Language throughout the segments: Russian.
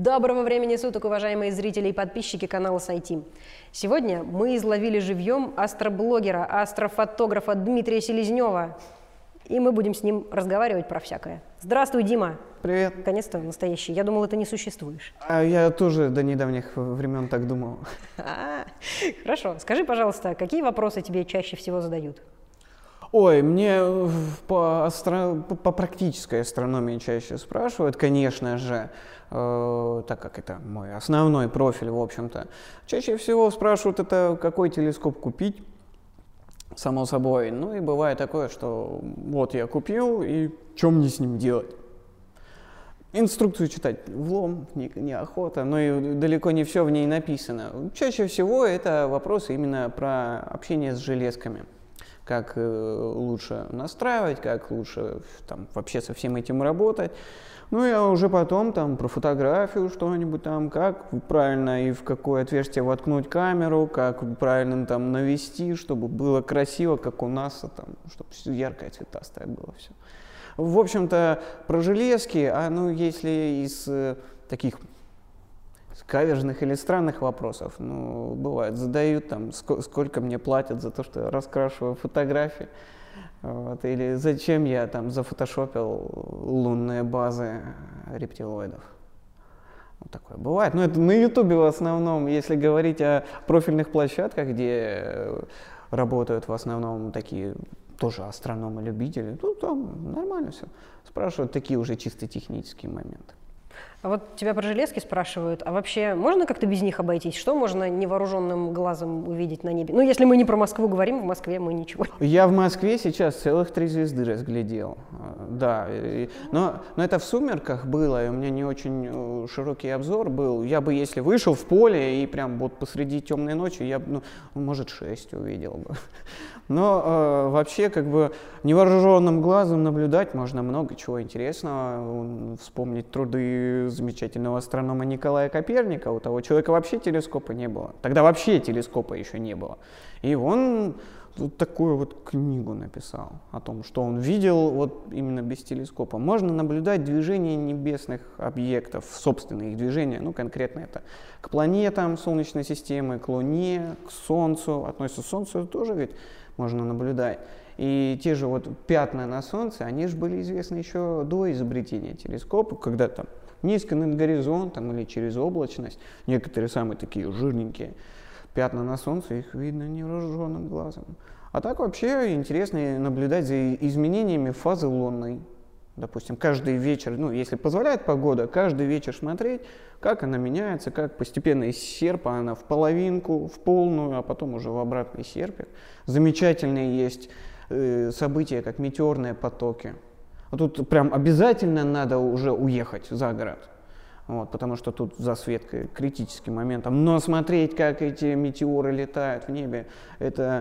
Доброго времени суток, уважаемые зрители и подписчики канала Сайтим. Сегодня мы изловили живьем астроблогера, астрофотографа Дмитрия Селезнева. И мы будем с ним разговаривать про всякое. Здравствуй, Дима. Привет. Наконец-то настоящий. Я думал, это не существуешь. А я тоже до недавних времен так думал. Хорошо. Скажи, пожалуйста, какие вопросы тебе чаще всего задают? Ой, мне по практической астрономии чаще спрашивают, конечно же, так как это мой основной профиль, в общем-то. Чаще всего спрашивают, это какой телескоп купить, само собой. Ну и бывает такое, что вот я купил, и что мне с ним делать? Инструкцию читать влом, неохота, но и далеко не все в ней написано. Чаще всего это вопросы именно про общение с железками. Как лучше настраивать, как лучше там, вообще со всем этим работать. Ну и уже потом там про фотографию что-нибудь там, как правильно и в какое отверстие воткнуть камеру, как правильно там навести, чтобы было красиво, как у нас, там, чтобы все яркое, цветастое было все. В общем-то, про железки, ну если из таких каверзных или странных вопросов, ну, бывает, задают там, сколько мне платят за то, что я раскрашиваю фотографии, вот, или зачем я там зафотошопил лунные базы рептилоидов. Вот такое бывает. Но это на Ютубе в основном, если говорить о профильных площадках, где работают в основном такие тоже астрономы-любители, ну, там нормально все. Спрашивают такие уже чисто технические моменты. А вот тебя про железки спрашивают, а вообще можно как-то без них обойтись? Что можно невооруженным глазом увидеть на небе? Ну, если мы не про Москву говорим, в Москве мы ничего. Я в Москве сейчас целых 3 звезды разглядел, да. Но это в сумерках было, и у меня не очень широкий обзор был. Я бы, если вышел в поле и прям вот посреди темной ночи, я бы, может, 6 увидел бы. Но вообще, как бы, невооруженным глазом наблюдать можно много чего интересного. Вспомнить труды замечательного астронома Николая Коперника. У того человека вообще телескопа не было. Тогда вообще телескопа еще не было. И он вот такую вот книгу написал о том, что он видел вот именно без телескопа. Можно наблюдать движение небесных объектов, собственные их движения, ну конкретно это к планетам Солнечной системы, к Луне, к Солнцу. Относится к Солнцу тоже ведь можно наблюдать. И те же вот пятна на Солнце, они же были известны еще до изобретения телескопа, когда там низко над горизонтом или через облачность, некоторые самые такие жирненькие пятна на Солнце, их видно невооруженным глазом. А так вообще интересно наблюдать за изменениями фазы лунной. Допустим, каждый вечер, ну, если позволяет погода, каждый вечер смотреть, как она меняется, как постепенно из серпа она в половинку, в полную, а потом уже в обратный серпик. Замечательные есть события, как метеорные потоки. А тут прям обязательно надо уже уехать за город, вот, потому что тут засветка критическим моментом. Но смотреть, как эти метеоры летают в небе, это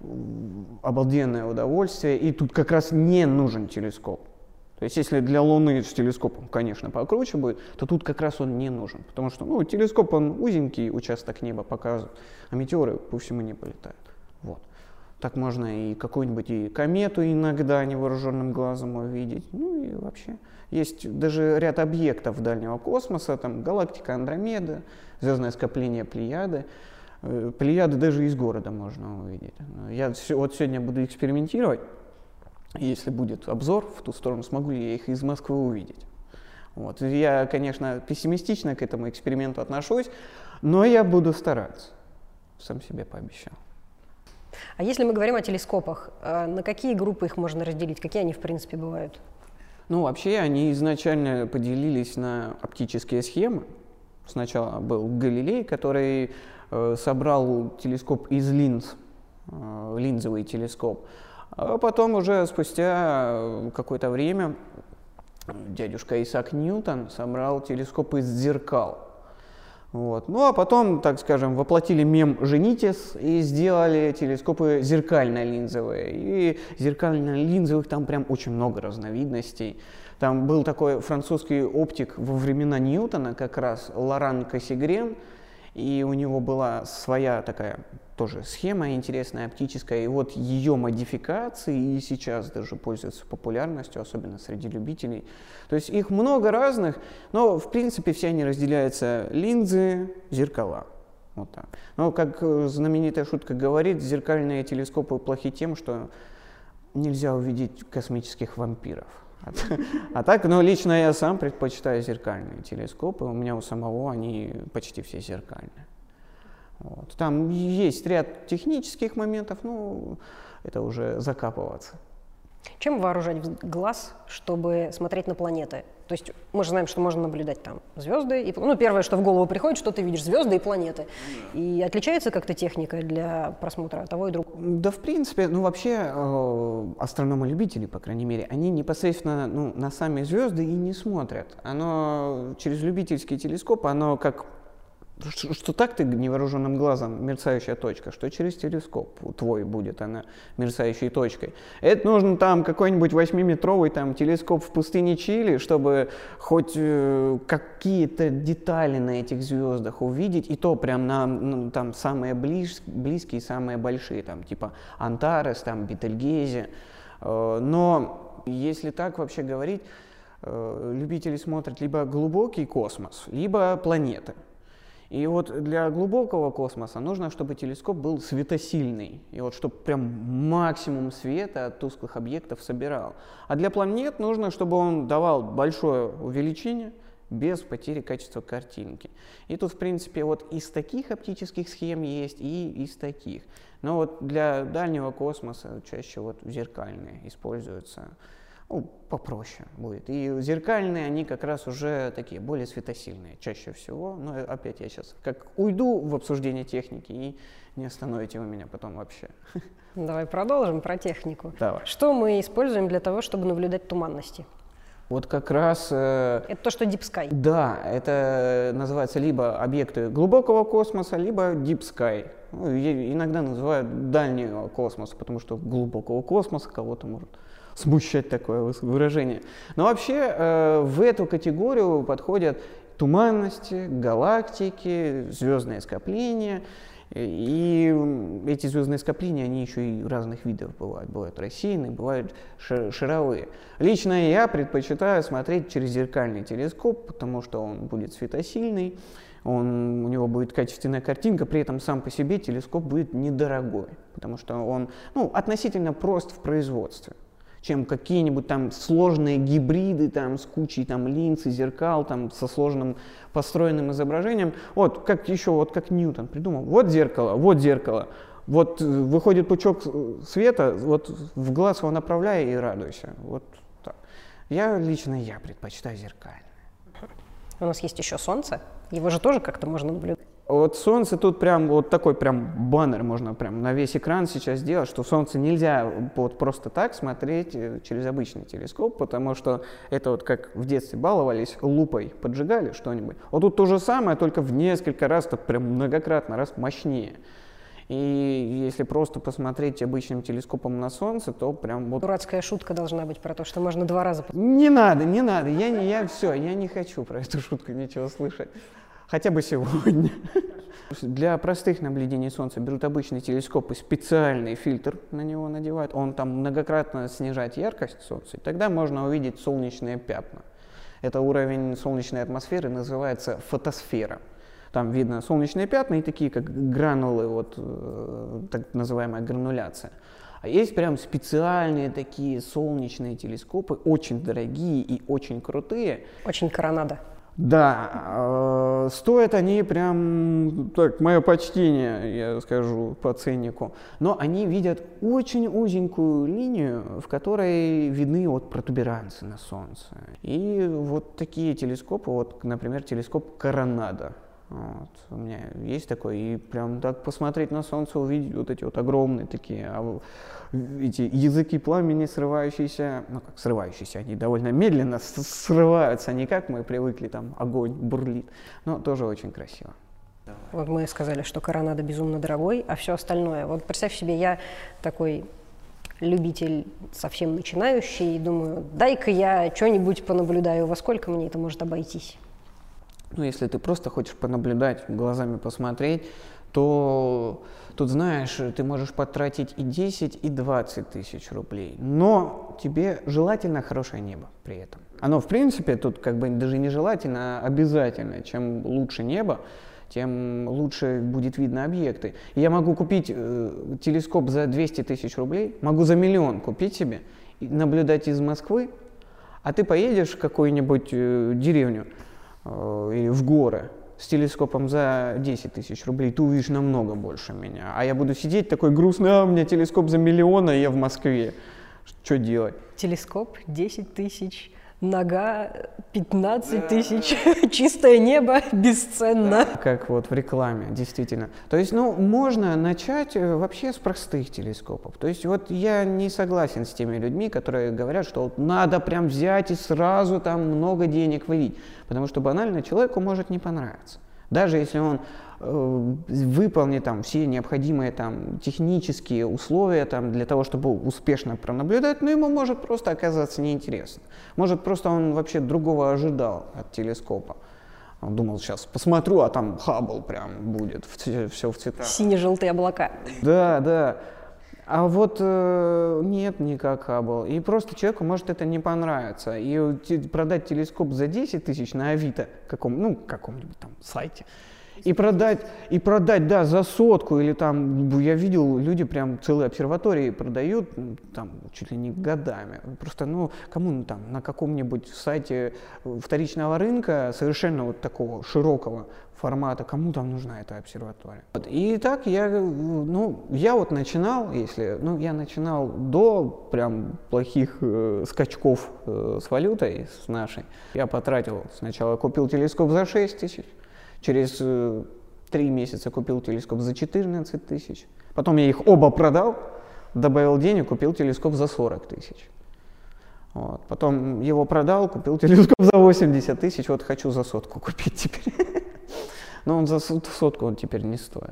обалденное удовольствие, и тут как раз не нужен телескоп. То есть если для Луны с телескопом, конечно, покруче будет, то тут как раз он не нужен, потому что телескоп, он узенький участок неба показывает, а метеоры по всему не полетают. Вот. Так можно и какую-нибудь и комету иногда невооруженным глазом увидеть. Ну и вообще есть даже ряд объектов дальнего космоса, там галактика Андромеда, звездное скопление Плеяды. Плеяды даже из города можно увидеть. Я вот сегодня буду экспериментировать. Если будет обзор в ту сторону, смогу ли я их из Москвы увидеть. Вот. Я, конечно, пессимистично к этому эксперименту отношусь, но я буду стараться. Сам себе пообещал. А если мы говорим о телескопах, на какие группы их можно разделить? Какие они, в принципе, бывают? Ну, вообще, они изначально поделились на оптические схемы. Сначала был Галилей, который собрал телескоп из линз, линзовый телескоп. А потом уже спустя какое-то время дядюшка Исаак Ньютон собрал телескоп из зеркал. Вот. Ну а потом, так скажем, воплотили мем «Женитесь» и сделали телескопы зеркально-линзовые. И зеркально-линзовых там прям очень много разновидностей. Там был такой французский оптик во времена Ньютона, как раз Лоран Кассигрен, и у него была своя такая тоже схема интересная, оптическая, и вот ее модификации и сейчас даже пользуются популярностью, особенно среди любителей. То есть их много разных, но в принципе все они разделяются: линзы, зеркала. Вот так. Но как знаменитая шутка говорит, зеркальные телескопы плохи тем, что нельзя увидеть космических вампиров. А так, но лично я сам предпочитаю зеркальные телескопы, у меня у самого они почти все зеркальные. Вот. Там есть ряд технических моментов, ну, это уже закапываться. Чем вооружать глаз, чтобы смотреть на планеты? То есть мы же знаем, что можно наблюдать там звезды. И, ну, первое, что в голову приходит, что ты видишь звезды и планеты. И отличается как-то техника для просмотра того и другого? Да, в принципе, ну, вообще астрономы-любители, по крайней мере, они непосредственно на сами звезды и не смотрят. Оно через любительский телескоп, оно как... Что так ты невооруженным глазом мерцающая точка, что через телескоп твой будет она мерцающей точкой. Это нужно там какой-нибудь 8-метровый там телескоп в пустыне Чили, чтобы хоть какие-то детали на этих звездах увидеть, и то прям там самые близкие, самые большие, там типа Антарес, там Бетельгейзе. Но если так вообще говорить, любители смотрят либо глубокий космос, либо планеты. И вот для глубокого космоса нужно, чтобы телескоп был светосильный, и вот чтобы прям максимум света от тусклых объектов собирал. А для планет нужно, чтобы он давал большое увеличение без потери качества картинки. И тут, в принципе, вот из таких оптических схем есть, и из таких. Но вот для дальнего космоса чаще вот зеркальные используются. Ну, попроще будет. И зеркальные, они как раз уже такие более светосильные, чаще всего. Но опять я сейчас как уйду в обсуждение техники, и не остановите вы меня потом вообще. Давай продолжим про технику. Давай. Что мы используем для того, чтобы наблюдать туманности? Вот как раз... Это то, что Deep Sky. Да, это называется либо объекты глубокого космоса, либо Deep Sky. Ну, иногда называют дальнего космоса, потому что глубокого космоса кого-то может смущать такое выражение. Но вообще в эту категорию подходят туманности, галактики, звездные скопления. И эти звездные скопления, они еще и разных видов бывают. Бывают рассеянные, бывают шаровые. Лично я предпочитаю смотреть через зеркальный телескоп, потому что он будет светосильный, у него будет качественная картинка, при этом сам по себе телескоп будет недорогой, потому что он относительно прост в производстве, чем какие-нибудь там сложные гибриды там, с кучей там, линз и зеркал, там, со сложным построенным изображением. Вот как Ньютон придумал. Вот зеркало, вот выходит пучок света, вот в глаз его направляй и радуйся. Вот так. Лично я предпочитаю зеркальное. У нас есть еще Солнце, его же тоже как-то можно наблюдать. Вот Солнце тут прям вот такой прям баннер можно прям на весь экран сейчас сделать, что Солнце нельзя вот просто так смотреть через обычный телескоп, потому что это вот как в детстве баловались, лупой поджигали что-нибудь. Вот тут то же самое, только в несколько раз, так прям многократно раз мощнее. И если просто посмотреть обычным телескопом на Солнце, то прям вот... Дурацкая шутка должна быть про то, что можно 2 раза... Не надо, я не хочу про эту шутку ничего слышать. Хотя бы сегодня. Для простых наблюдений Солнца берут обычный телескоп и специальный фильтр на него надевают. Он там многократно снижает яркость Солнца, и тогда можно увидеть солнечные пятна. Это уровень солнечной атмосферы, называется фотосфера. Там видно солнечные пятна и такие, как гранулы, вот так называемая грануляция. А есть прям специальные такие солнечные телескопы, очень дорогие и очень крутые. Очень коронада. Да, стоят они прям, так, мое почтение, я скажу, по ценнику. Но они видят очень узенькую линию, в которой видны вот протуберанцы на Солнце. И вот такие телескопы, вот, например, телескоп Коронада. Вот, у меня есть такой, и прям так посмотреть на Солнце, увидеть вот эти вот огромные такие, эти языки пламени срывающиеся, как срывающиеся, они довольно медленно срываются, не как мы привыкли, там огонь бурлит, но тоже очень красиво. Вот мы сказали, что Коронада безумно дорогой, а все остальное, вот представь себе, я такой любитель совсем начинающий, и думаю, дай-ка я что-нибудь понаблюдаю, во сколько мне это может обойтись? Ну, если ты просто хочешь понаблюдать, глазами посмотреть, то тут, знаешь, ты можешь потратить и 10, и 20 тысяч рублей. Но тебе желательно хорошее небо при этом. Оно, в принципе, тут как бы даже не желательно, а обязательно. Чем лучше небо, тем лучше будет видно объекты. Я могу купить телескоп за 200 тысяч рублей, могу за 1 000 000 купить себе, и наблюдать из Москвы, а ты поедешь в какую-нибудь деревню или в горы с телескопом за 10 тысяч рублей, ты увидишь намного больше меня. А я буду сидеть такой грустный, а у меня телескоп за 1 000 000, и я в Москве. Что делать? Телескоп 10 тысяч, нога 15 тысяч, чистое небо бесценно. Как вот в рекламе, действительно. То есть, ну, можно начать вообще с простых телескопов. То есть, вот я не согласен с теми людьми, которые говорят, что вот надо прям взять и сразу там много денег вылить. Потому что банально человеку может не понравиться. Даже если он выполнит там все необходимые там технические условия там для того, чтобы успешно пронаблюдать, но ему может просто оказаться неинтересно. Может, просто он вообще другого ожидал от телескопа. Он думал, сейчас посмотрю, а там Хаббл прям будет, все в цветах. Сине-желтые облака. Да, да. А вот нет, не как Хаббл. И просто человеку может это не понравиться. И продать телескоп за 10 тысяч на Авито, каком-нибудь там сайте, и продать, да, за 100 или там, я видел, люди прям целые обсерватории продают, там, чуть ли не годами. Просто, ну, кому там на каком-нибудь сайте вторичного рынка, совершенно вот такого широкого формата, кому там нужна эта обсерватория. Вот. И так я вот начинал, я начинал до прям плохих скачков с валютой, с нашей. Я потратил, сначала купил телескоп за 6 тысяч, через 3 месяца купил телескоп за 14 тысяч. Потом я их оба продал, добавил денег, купил телескоп за 40 тысяч. Вот. Потом его продал, купил телескоп за 80 тысяч, вот хочу за 100 купить теперь. Но он за 100 он теперь не стоит.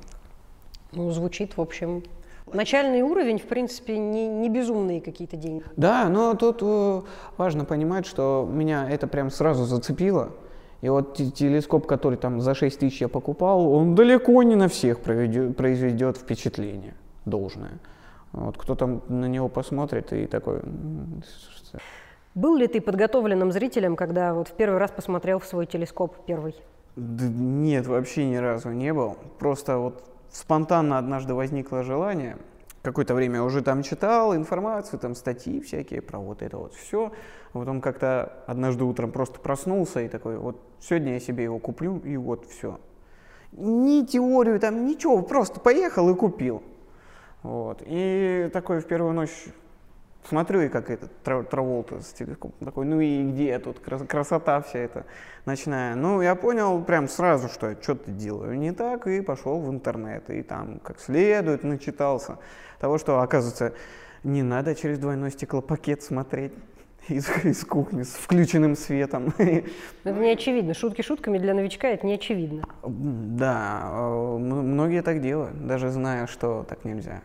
Ну, звучит, в общем, начальный уровень, в принципе, не безумные какие-то деньги. Да, но тут важно понимать, что меня это прям сразу зацепило. И вот телескоп, который там за 6 тысяч я покупал, он далеко не на всех произведет впечатление должное. Вот кто-то на него посмотрит и такой... Был ли ты подготовленным зрителем, когда вот в первый раз посмотрел в свой телескоп первый? Да нет, вообще ни разу не был. Просто вот спонтанно однажды возникло желание. Какое-то время уже там читал информацию, там статьи всякие про вот это вот все. А потом как-то однажды утром просто проснулся и такой, вот сегодня я себе его куплю, и вот все. Ни теорию там, ничего, просто поехал и купил. Вот. И такой в первую ночь смотрю, и как этот Траволта с телескопом, такой, ну и где тут красота вся эта ночная. Ну, я понял прям сразу, что я что-то делаю не так, и пошел в интернет, и там как следует начитался того, что, оказывается, не надо через двойной стеклопакет смотреть из кухни с включенным светом. Это не очевидно. Шутки шутками, для новичка это не очевидно. Да, многие так делают, даже зная, что так нельзя.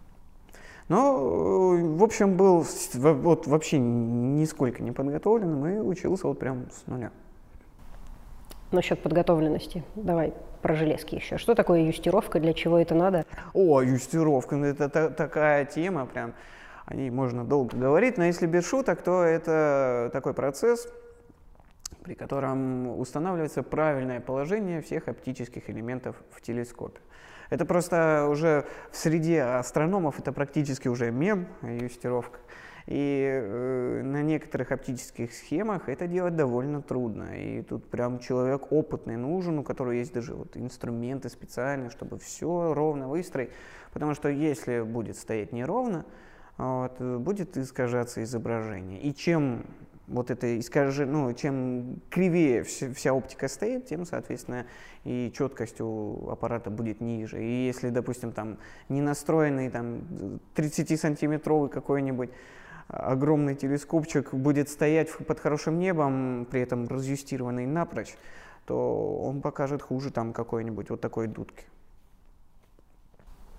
Но, в общем, был вот вообще нисколько не подготовленным и учился вот прям с нуля. Насчет подготовленности. Давай про железки еще. Что такое юстировка, для чего это надо? О, юстировка, это такая тема, прям о ней можно долго говорить, но если без шуток, то это такой процесс, при котором устанавливается правильное положение всех оптических элементов в телескопе. Это просто уже в среде астрономов это практически уже мем, юстировка. И на некоторых оптических схемах это делать довольно трудно. И тут прям человек опытный нужен, у которого есть даже вот инструменты специальные, чтобы все ровно выстроить. Потому что если будет стоять неровно, вот, будет искажаться изображение. И чем вот это чем кривее вся оптика стоит, тем, соответственно, и четкость у аппарата будет ниже. И если, допустим, там не настроенный там 30-сантиметровый какой-нибудь огромный телескопчик будет стоять под хорошим небом, при этом разъюстированный напрочь, то он покажет хуже там какой-нибудь вот такой дудки.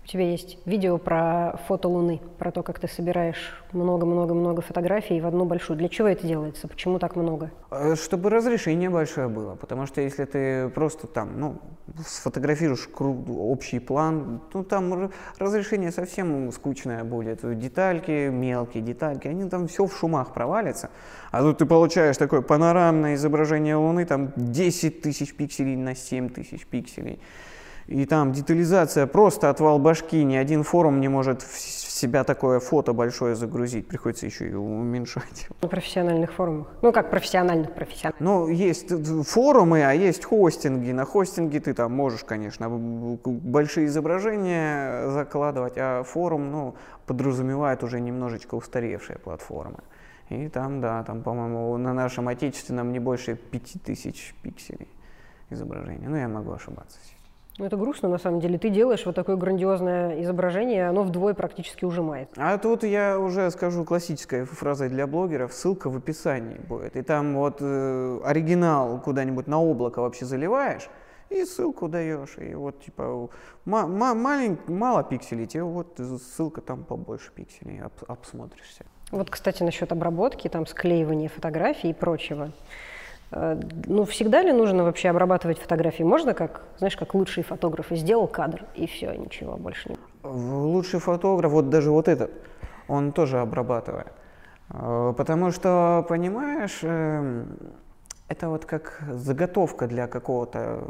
У тебя есть видео про фото Луны, про то, как ты собираешь много-много-много фотографий в одну большую. Для чего это делается? Почему так много? Чтобы разрешение большое было, потому что если ты просто там, сфотографируешь общий план, там разрешение совсем скучное будет. Детальки, мелкие детальки, они там все в шумах провалятся. А тут ты получаешь такое панорамное изображение Луны, там 10 тысяч пикселей на 7 тысяч пикселей. И там детализация просто отвал башки, ни один форум не может в себя такое фото большое загрузить, приходится еще и уменьшать. На профессиональных форумах? Ну как профессиональных? Есть форумы, а есть хостинги. На хостинге ты там можешь, конечно, большие изображения закладывать, а форум, подразумевает уже немножечко устаревшие платформы. И там, по-моему, на нашем отечественном не больше 5000 пикселей изображения. Я могу ошибаться. Это грустно, на самом деле. Ты делаешь вот такое грандиозное изображение, оно вдвое практически ужимает. А тут я уже скажу классической фразой для блогеров, ссылка в описании будет. И там оригинал куда-нибудь на облако вообще заливаешь, и ссылку даешь. И мало пикселей, тебе ссылка там побольше пикселей, обсмотришься. Кстати, насчет обработки, там склеивания фотографий и прочего. Всегда ли нужно вообще обрабатывать фотографии? Можно, как лучшие фотографы, сделал кадр, и все, ничего больше не... Лучший фотограф, даже этот, он тоже обрабатывает. Потому что, понимаешь, это как заготовка для какого-то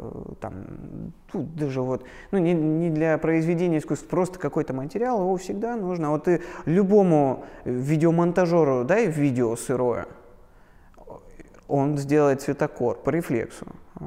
не для произведения искусства, просто какой-то материал, его всегда нужно. Ты любому видеомонтажеру дай видео сырое, он сделает цветокор по рефлексу.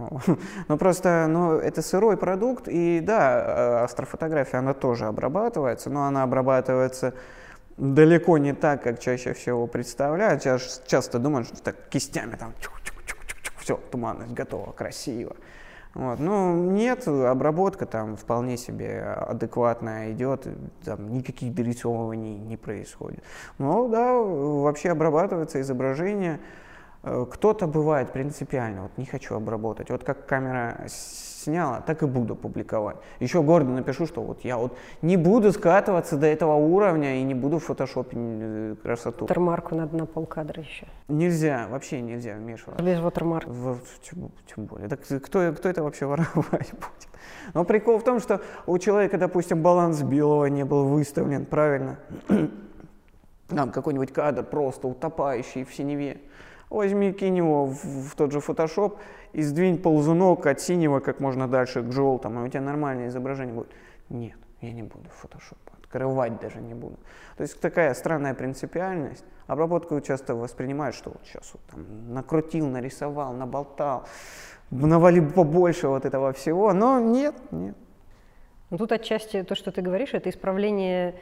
Это сырой продукт, и да, астрофотография, она тоже обрабатывается, но она обрабатывается далеко не так, как чаще всего представляют. Часто думают, что так кистями там все, туманность готова, красиво. Нет, обработка там вполне себе адекватная идет, там никаких дорисовываний не происходит. Вообще обрабатывается изображение. Кто-то бывает принципиально, не хочу обработать. Как камера сняла, так и буду публиковать. Еще гордо напишу, что я не буду скатываться до этого уровня и не буду в фотошопе красоту. Watermark надо на полкадра еще. Нельзя, вообще нельзя вмешиваться. Без watermark. Тем более. Так кто это вообще воровать будет? Но прикол в том, что у человека, допустим, баланс белого не был выставлен правильно. Там какой-нибудь кадр просто утопающий в синеве. Возьми, кинь его в тот же Photoshop и сдвинь ползунок от синего как можно дальше к желтому, и у тебя нормальное изображение будет. Нет, я не буду Photoshop, открывать даже не буду. То есть такая странная принципиальность. Обработку часто воспринимают, что сейчас накрутил, нарисовал, наболтал, навалил побольше этого всего, но нет. Тут отчасти то, что ты говоришь, это исправление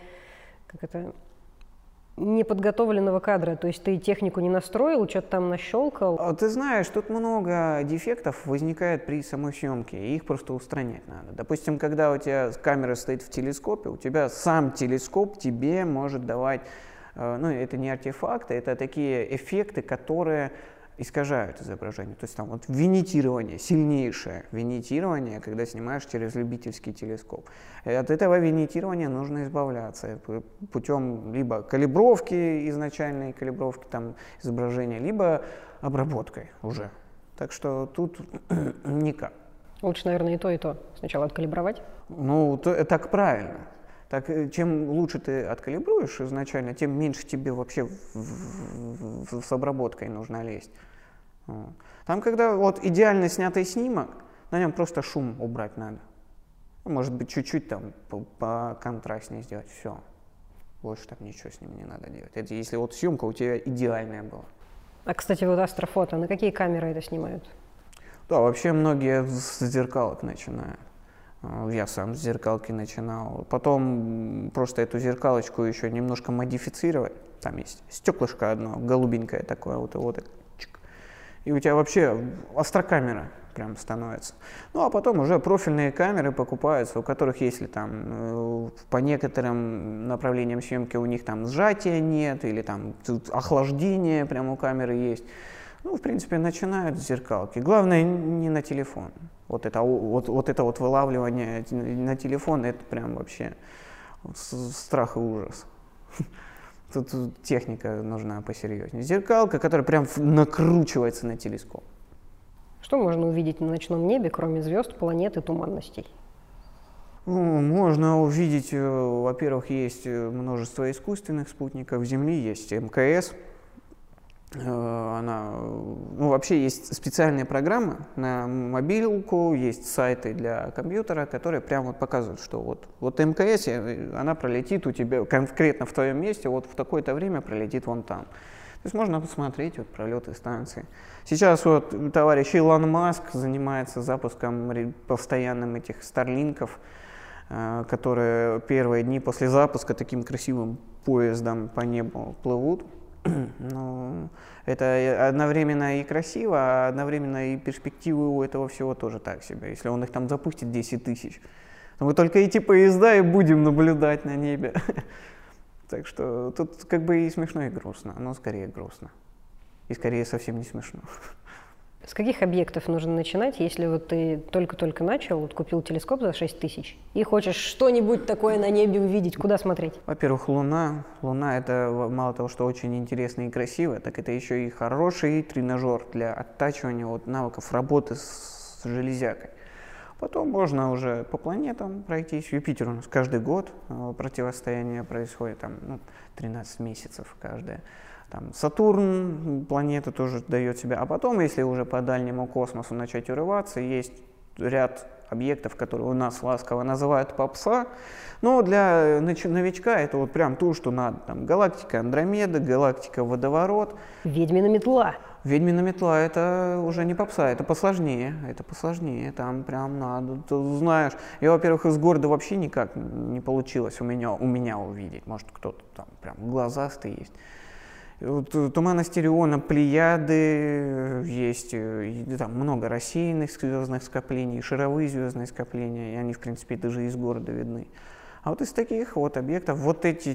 неподготовленного кадра, то есть ты технику не настроил, что-то там нащелкал. Ты знаешь, тут много дефектов возникает при самой съемке, и их просто устранять надо. Допустим, когда у тебя камера стоит в телескопе, у тебя сам телескоп тебе может давать, это не артефакты, это такие эффекты, которые искажают изображение. То есть винитирование, сильнейшее винитирование, когда снимаешь через любительский телескоп. И от этого винитирования нужно избавляться путем либо калибровки, изначальной калибровки изображения, либо обработкой уже. Так что тут никак. Лучше, наверное, и то. Сначала откалибровать. Так правильно. Так, чем лучше ты откалибруешь изначально, тем меньше тебе вообще с обработкой нужно лезть. Там, когда идеально снятый снимок, на нем просто шум убрать надо. Может быть, чуть-чуть поконтрастнее сделать. Все. Больше там ничего с ним не надо делать. Это если съемка у тебя идеальная была. А, кстати, астрофото, на какие камеры это снимают? Да, вообще многие с зеркалок начинают. Я сам с зеркалки начинал. Потом просто эту зеркалочку еще немножко модифицировать. Там есть стеклышко одно, голубенькое такое, и у тебя вообще астрокамера прям становится. А потом уже профильные камеры покупаются, у которых, если по некоторым направлениям съемки у них сжатия нет, или охлаждение прямо у камеры есть. В принципе, начинают с зеркалки. Главное, не на телефон. Это вылавливание на телефон, это прям вообще Страх и ужас. Тут техника нужна посерьезнее. Зеркалка, которая прям накручивается на телескоп. Что можно увидеть на ночном небе, кроме звезд, планет и туманностей? Ну, можно увидеть, во-первых, есть множество искусственных спутников Земли, есть МКС. Вообще есть специальные программы на мобилку, есть сайты для компьютера, которые прямо вот показывают, что вот МКС, она пролетит у тебя конкретно в твоем месте, вот в такое-то время пролетит вон там. То есть можно посмотреть вот пролеты станции. Сейчас вот товарищ Илон Маск занимается запуском постоянным этих старлинков, которые первые дни после запуска таким красивым поездом по небу плывут. Ну, это одновременно и красиво, а одновременно и перспективы у этого всего тоже так себе. Если он их там запустит 10 тысяч, то мы только эти поезда и будем наблюдать на небе. Так что тут как бы и смешно, и грустно, но скорее грустно. И скорее совсем не смешно. С каких объектов нужно начинать, если вот ты только-только начал, вот купил телескоп за 6 тысяч и хочешь что-нибудь такое на небе увидеть, куда смотреть? Во-первых, Луна. Луна — это мало того, что очень интересно и красиво, так это еще и хороший тренажер для оттачивания вот навыков работы с железякой. Потом можно уже по планетам пройтись. Юпитер у нас каждый год противостояние происходит, там 13 месяцев каждое. Там Сатурн, планета тоже дает себя. А потом, если уже по дальнему космосу начать урываться, есть ряд объектов, которые у нас ласково называют попса. Но для новичка это вот прям то, что надо. Там галактика Андромеда, галактика Водоворот. Ведьмина метла. Ведьмина метла — это уже не попса, это посложнее, там прям надо, ты знаешь. Я, во-первых, из города вообще никак не получилось у меня увидеть, может, кто-то там прям глазастый есть. Вот, туманность Ориона, Плеяды, есть там много рассеянных звездных скоплений, шаровые звездные скопления, и они, в принципе, даже из города видны. А вот из таких вот объектов, вот эти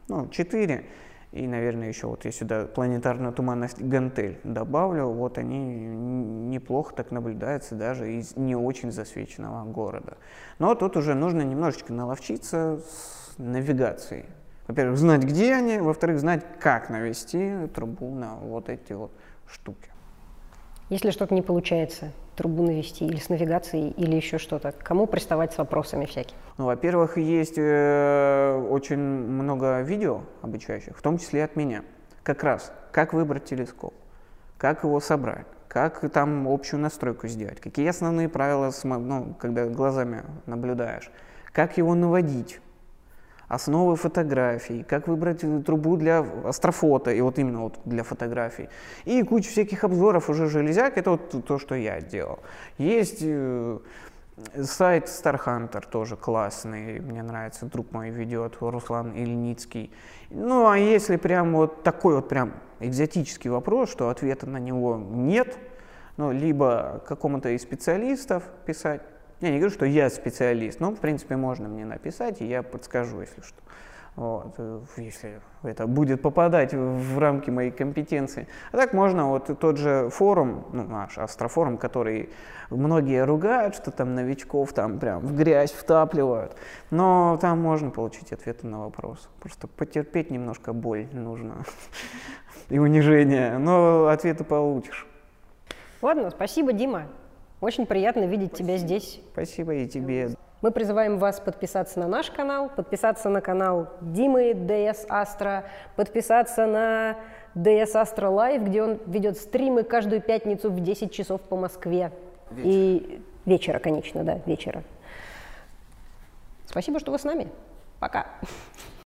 4, и, наверное, еще вот я сюда планетарную туманность Гантель добавлю, вот они неплохо так наблюдаются даже из не очень засвеченного города. Но тут уже нужно немножечко наловчиться с навигацией. Во-первых, знать, где они, во-вторых, знать, как навести трубу на вот эти вот штуки. Если что-то не получается, трубу навести или с навигацией, или еще что-то, к кому приставать с вопросами всякими? Ну, во-первых, есть очень много видео обучающих, в том числе от меня. Как раз, как выбрать телескоп, как его собрать, как там общую настройку сделать, какие основные правила, когда глазами наблюдаешь, как его наводить. Основы фотографий, как выбрать трубу для астрофото, и вот именно вот для фотографий. И куча всяких обзоров уже железяк, это вот то, что я делал. Есть сайт Star Hunter, тоже классный, мне нравится, друг мой ведет, Руслан Ильницкий. Ну, а если прям вот такой вот прям экзотический вопрос, что ответа на него нет, либо какому-то из специалистов писать. Я не говорю, что я специалист, но, в принципе, можно мне написать, и я подскажу, если что. Вот, если это будет попадать в рамки моей компетенции. А так можно вот тот же форум, наш астрофорум, который многие ругают, что там новичков там прям в грязь втапливают. Но там можно получить ответы на вопрос. Просто потерпеть немножко боль нужно и унижение, но ответы получишь. Ладно, спасибо, Дима. Очень приятно видеть тебя здесь. Спасибо и тебе. Мы призываем вас подписаться на наш канал, подписаться на канал Димы DS Astro, подписаться на DS Astro Live, где он ведет стримы каждую пятницу в 10 часов по Москве. И вечера, конечно, да, вечера. Спасибо, что вы с нами. Пока.